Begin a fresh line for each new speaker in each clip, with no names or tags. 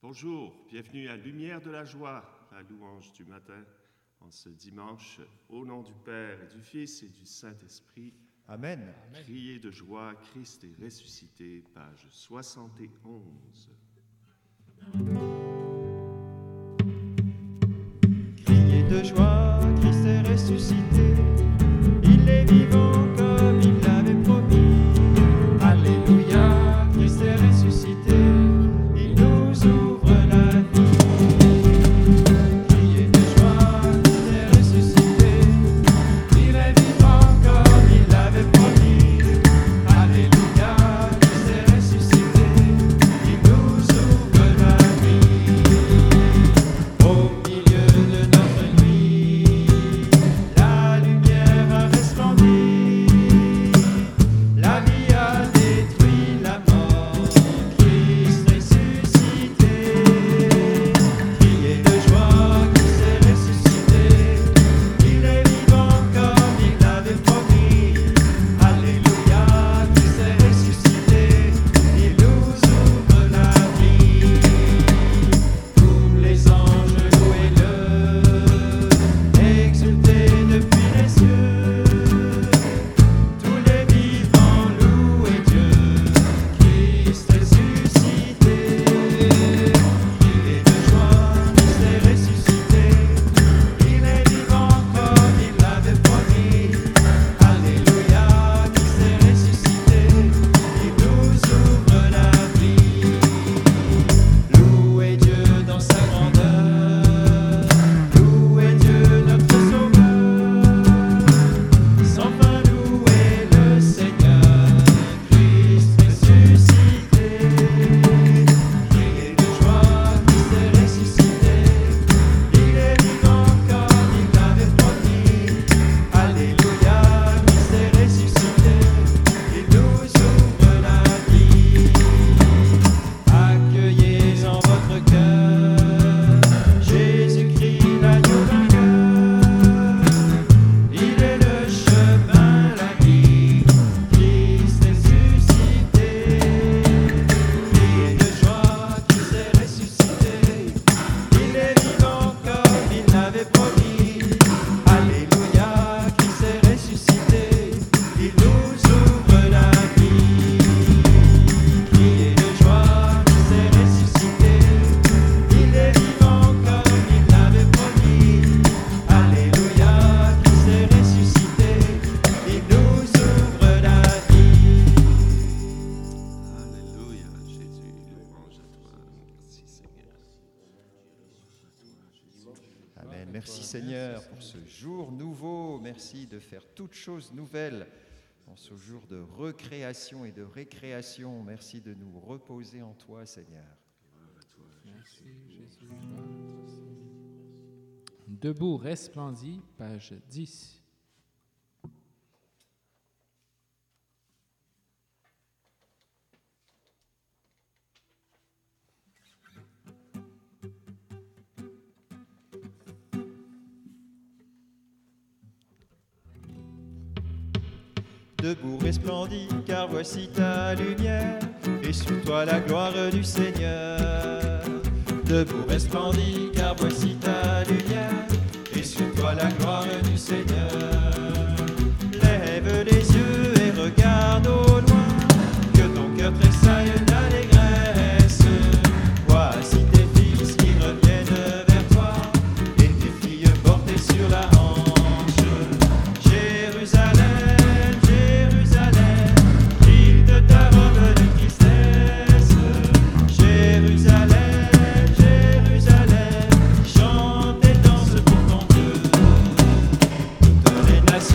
Bonjour, bienvenue à Lumière de la joie, la louange du matin, en ce dimanche, au nom du Père et du Fils et du Saint-Esprit.
Amen.
Criez de joie, Christ est ressuscité, page 71.
Criez de joie, Christ est ressuscité, il est vivant comme il l'avait promis. Alléluia, Christ est ressuscité, il nous ouvre la vie. Criez de joie, Christ est ressuscité, il est vivant comme il l'avait promis. Alléluia, Christ est ressuscité, il nous ouvre la vie. Au milieu de notre nuit, la lumière a resplendi. La vie a détruit la mort, Christ ressuscité. Criez de joie, Christ est ressuscité, il est vivant comme il l'avait promis. Alléluia, Christ est ressuscité, il nous ouvre la vie. Tous les anges louez-le, exultez depuis les cieux. Tous les vivants louez Dieu, Christ ressuscité. Criez de joie, Christ est ressuscité, il est vivant comme il l'avait promis. Alléluia, Christ est ressuscité, il nous ouvre la vie. Louez Dieu dans sa grandeur, louez Dieu notre Sauveur. Sans fin louez le Seigneur, Christ ressuscité. Criez de joie, Christ est ressuscité, il est vivant comme il l'avait promis. Alléluia, Christ est ressuscité, il nous ouvre la vie. Accueillez en votre cœur Jésus-Christ, l'agneau vainqueur. Il est le chemin, la vie, Christ ressuscité. Criez de joie, Christ est ressuscité, il est vivant comme il l'avait promis. Alléluia, Christ est ressuscité, il nous ouvre la vie. Criez de joie, Christ est ressuscité, il est vivant comme il l'avait promis. Alléluia, Christ est ressuscité, il nous ouvre la vie.
Alléluia, Jésus, louange à toi. Merci Seigneur.
Amen. Merci Seigneur pour ce jour nouveau. Merci de faire toutes choses nouvelles en ce jour de recréation et de récréation. Merci de nous reposer en toi, Seigneur.
Merci, Jésus. Debout, resplendit, page 10.
Debout resplendis, car voici ta lumière, et sur toi la gloire du Seigneur. Debout resplendis, car voici ta lumière, et sur toi la gloire du Seigneur. Lève les yeux et regarde au loin, que ton cœur tressaille d'allégresse. Voici tes fils qui reviennent vers toi, et tes filles portées sur la hanche. Jérusalem, Jérusalem, brille de ta robe de tristesse. Jérusalem, Jérusalem, chante et danse pour ton Dieu. Toutes les nations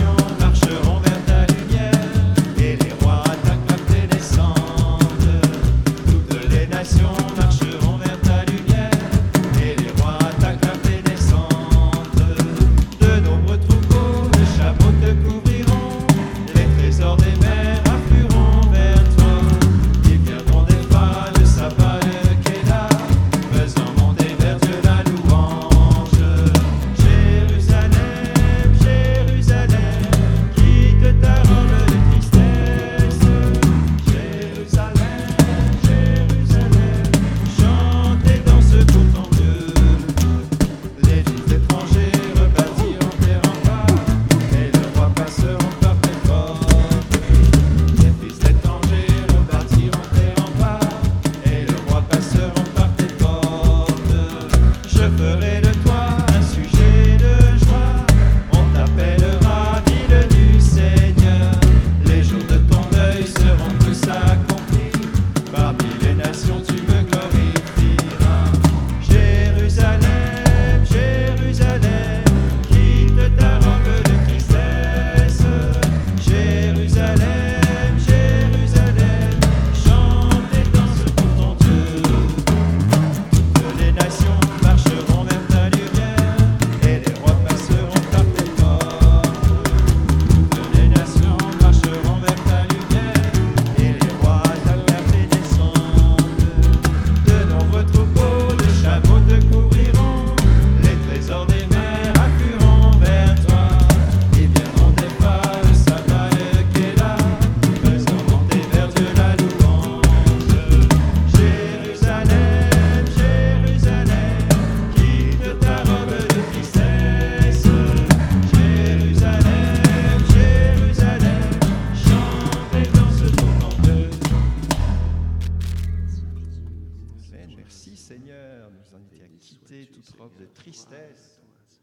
Merci Seigneur, nous en étions à quitter toute robe de tristesse.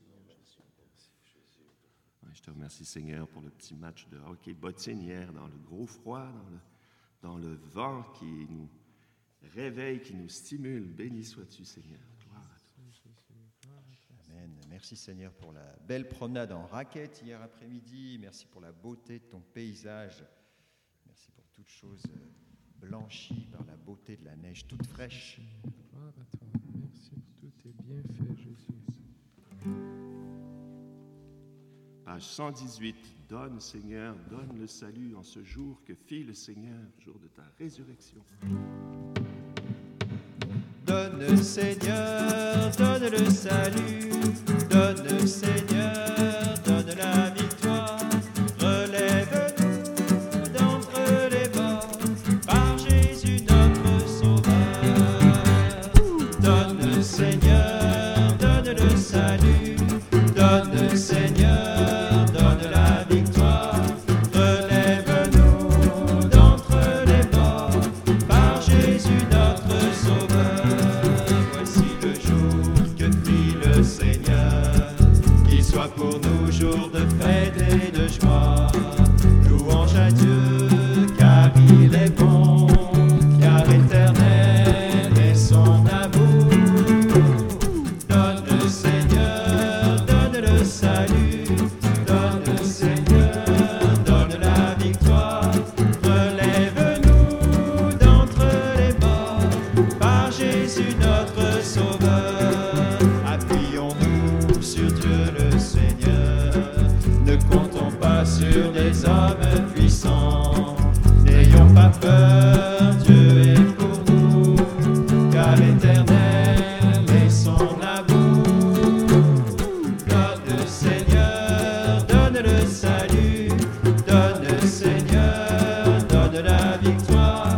Ouais, je te remercie Seigneur pour le petit match de hockey bottine hier dans le gros froid, dans le vent qui nous réveille, qui nous stimule. Béni sois-tu Seigneur. Gloire à toi.
Amen. Merci Seigneur pour la belle promenade en raquette hier après-midi. Merci pour la beauté de ton paysage. Merci pour toutes choses blanchies par la beauté de la neige toute fraîche.
Gloire à toi. Merci pour tous tes bienfaits, Jésus.
Page 118. Donne, Seigneur, donne le salut en ce jour que fit le Seigneur, jour de ta résurrection.
Donne, Seigneur, donne le salut. Donne, Seigneur, donne la victoire. Relève-nous d'entre les morts par Jésus notre Sauveur. Donne, Seigneur, donne le salut. Donne, Seigneur, donne la victoire. Relève-nous d'entre les morts par Jésus notre Sauveur. Voici le jour que fit le Seigneur, qu'il soit pour nous jour de fête et de joie. Louange à Dieu, car il est bon, car éternel est son amour. Donne, Seigneur, donne le salut. Donne, Seigneur, donne la victoire. Relève-nous d'entre les morts par Jésus notre Sauveur. Appuyons-nous sur Dieu le Seigneur. Ne comptons pas sur des hommes puissants. N'ayons pas peur, Dieu est pour nous, car éternel est son amour. Donne, Seigneur, donne le salut. Donne, Seigneur, donne la victoire.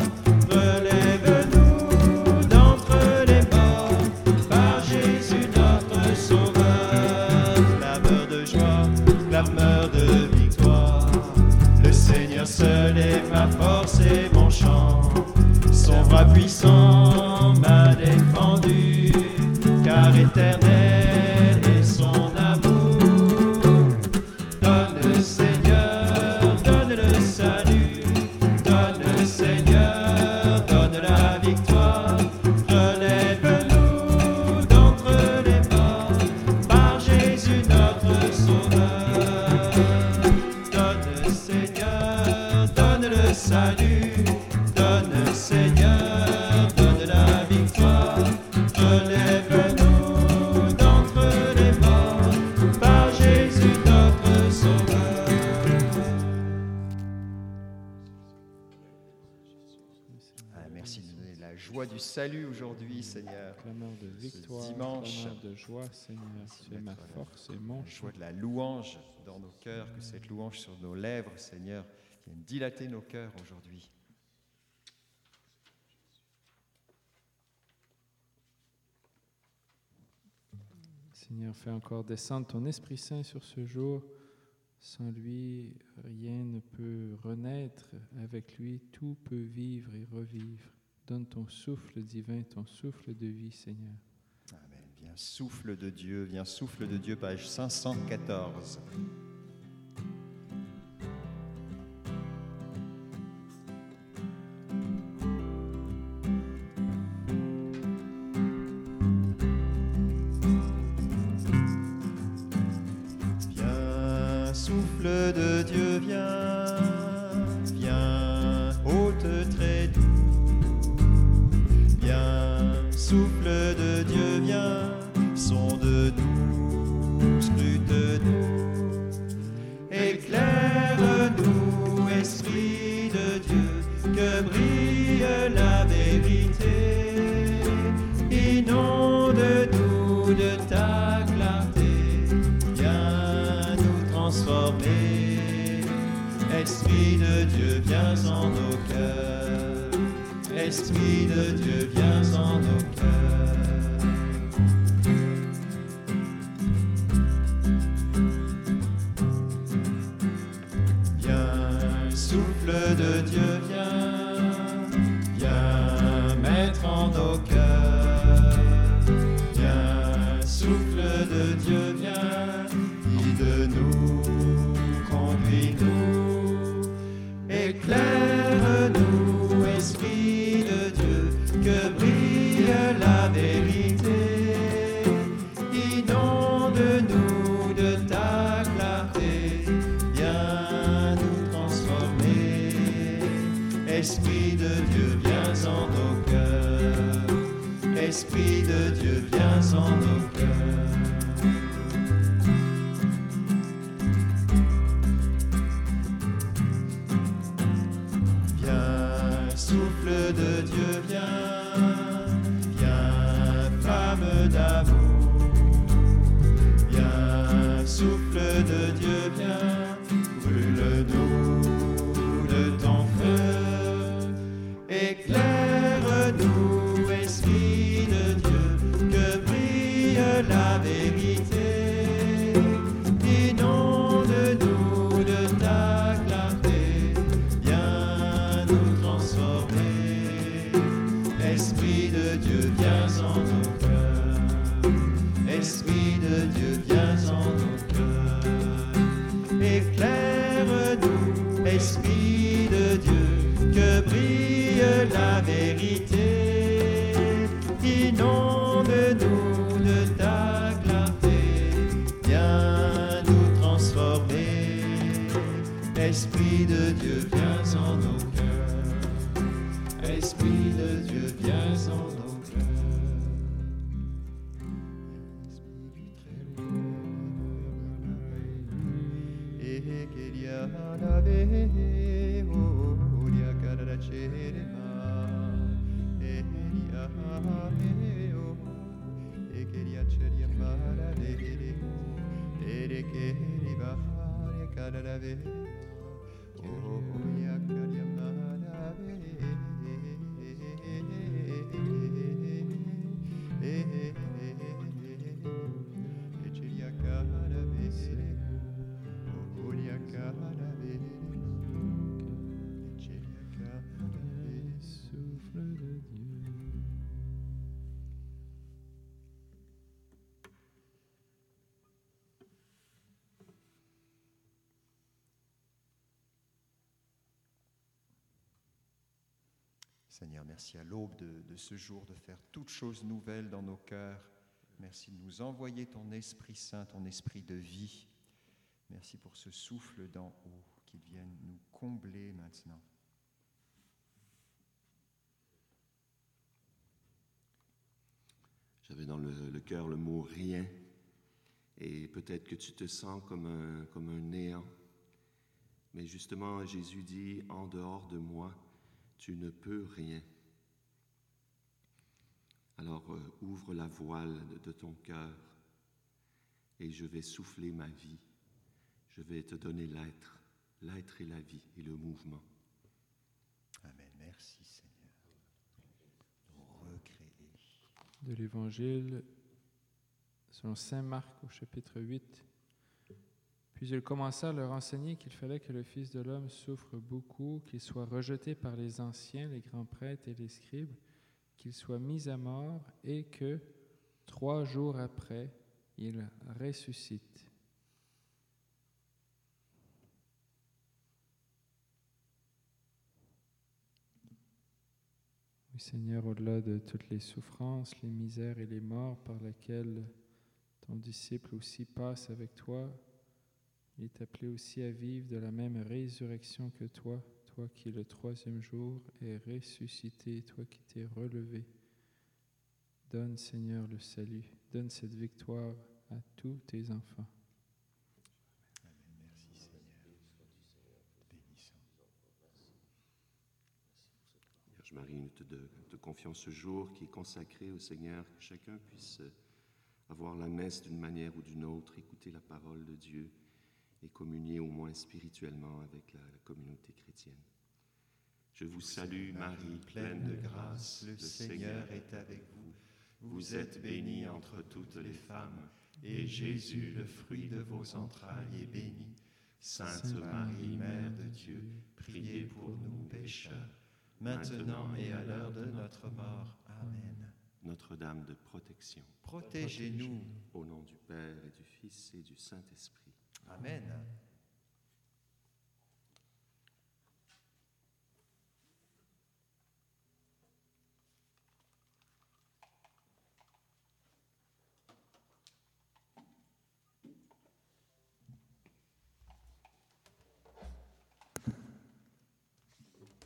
Relève-nous d'entre les morts par Jésus notre Sauveur. Clameur de joie, clameur de victoire. Le Seigneur seul est ma force et mon chant. Son bras puissant m'a défendu, car éternel est son amour. Donne, Seigneur, donne le salut. Donne, Seigneur, donne la victoire. Relève-nous d'entre les morts par Jésus notre Sauveur. Donne, Seigneur, donne le salut. Donne, Seigneur, donne la victoire. Relève-nous d'entre les morts par Jésus notre Sauveur. Merci de nous donner la joie du salut aujourd'hui, Seigneur.
Clameur de victoire,
dimanche.
clameur de joie, Seigneur. Tu es ma force et mon
La
chant.
joie de la louange dans nos cœurs, que cette louange sur nos lèvres, Seigneur, vienne dilater nos cœurs aujourd'hui.
Seigneur, fais encore descendre ton Esprit Saint sur ce jour. Sans lui, rien ne peut renaître. Avec lui, tout peut vivre et revivre. Donne ton souffle divin, ton souffle de vie, Seigneur.
Amen. Viens souffle de Dieu, page 514. Viens, souffle de Dieu, viens, hôte très doux. Viens, souffle de Dieu, viens, sonde-nous, scrute-nous, éclaire-nous, Esprit de Dieu, que brille la vérité, inonde-nous de ta clarté, viens nous transformer, Esprit de Dieu, viens en nos cœurs, Esprit de Dieu, viens en nos cœurs. Viens, souffle de Dieu, viens, viens mettre en nos cœurs Esprit de Dieu, viens en nos cœurs. Viens, souffle de Dieu, viens, viens, flamme d'amour. Viens, souffle de Dieu, viens, brûle-nous de ton feu. Éclaire-nous, Esprit de Dieu, que brille la vérité. Inonde-nous de ta clarté, viens nous transformer. Esprit de Dieu, viens en nos cœurs. Esprit de Dieu, viens en nos cœurs. Éclaire-nous, Esprit de Dieu, que brille la vérité. Inonde-nous de ta clarté, viens nous transformer. Esprit de Dieu, viens en nos cœurs. Esprit de Dieu, viens en nos cœurs. Seigneur, merci à l'aube de ce jour de faire toutes choses nouvelles dans nos cœurs. Merci de nous envoyer ton Esprit Saint, ton Esprit de vie. Merci pour ce souffle d'en haut qu'il vienne nous combler maintenant.
J'avais dans le cœur le mot « rien ». Et peut-être que tu te sens comme un néant. Mais justement, Jésus dit « En dehors de moi, tu ne peux rien ». Alors ouvre la voile de ton cœur et je vais souffler ma vie. Je vais te donner l'être et la vie et le mouvement.
Amen. Merci Seigneur. Nous recréer.
De l'Évangile selon saint Marc au chapitre 8. Puis il commença à leur enseigner qu'il fallait que le Fils de l'homme souffre beaucoup, qu'il soit rejeté par les anciens, les grands prêtres et les scribes, qu'il soit mis à mort et que 3 jours après, il ressuscite. Oui, Seigneur, au-delà de toutes les souffrances, les misères et les morts par lesquelles ton disciple aussi passe avec toi, il est appelé aussi à vivre de la même résurrection que toi, toi qui le 3e jour es ressuscité, toi qui t'es relevé. Donne, Seigneur, le salut, donne cette victoire à tous tes enfants.
Amen. Merci Seigneur. Bénissons.
Vierge Marie, nous te confions ce jour qui est consacré au Seigneur, que chacun puisse avoir la messe d'une manière ou d'une autre, écouter la parole de Dieu et communier au moins spirituellement avec la communauté chrétienne. Je vous salue, Marie, pleine de grâce, le Seigneur est avec vous. Vous êtes bénie entre toutes les femmes, et Jésus, le fruit de vos entrailles, est béni. Sainte Marie, Mère de Dieu, priez pour nous pécheurs, maintenant et à l'heure de notre mort. Amen. Notre-Dame de protection,
Protégez-nous.
au nom du Père et du Fils et du Saint-Esprit.
Amen.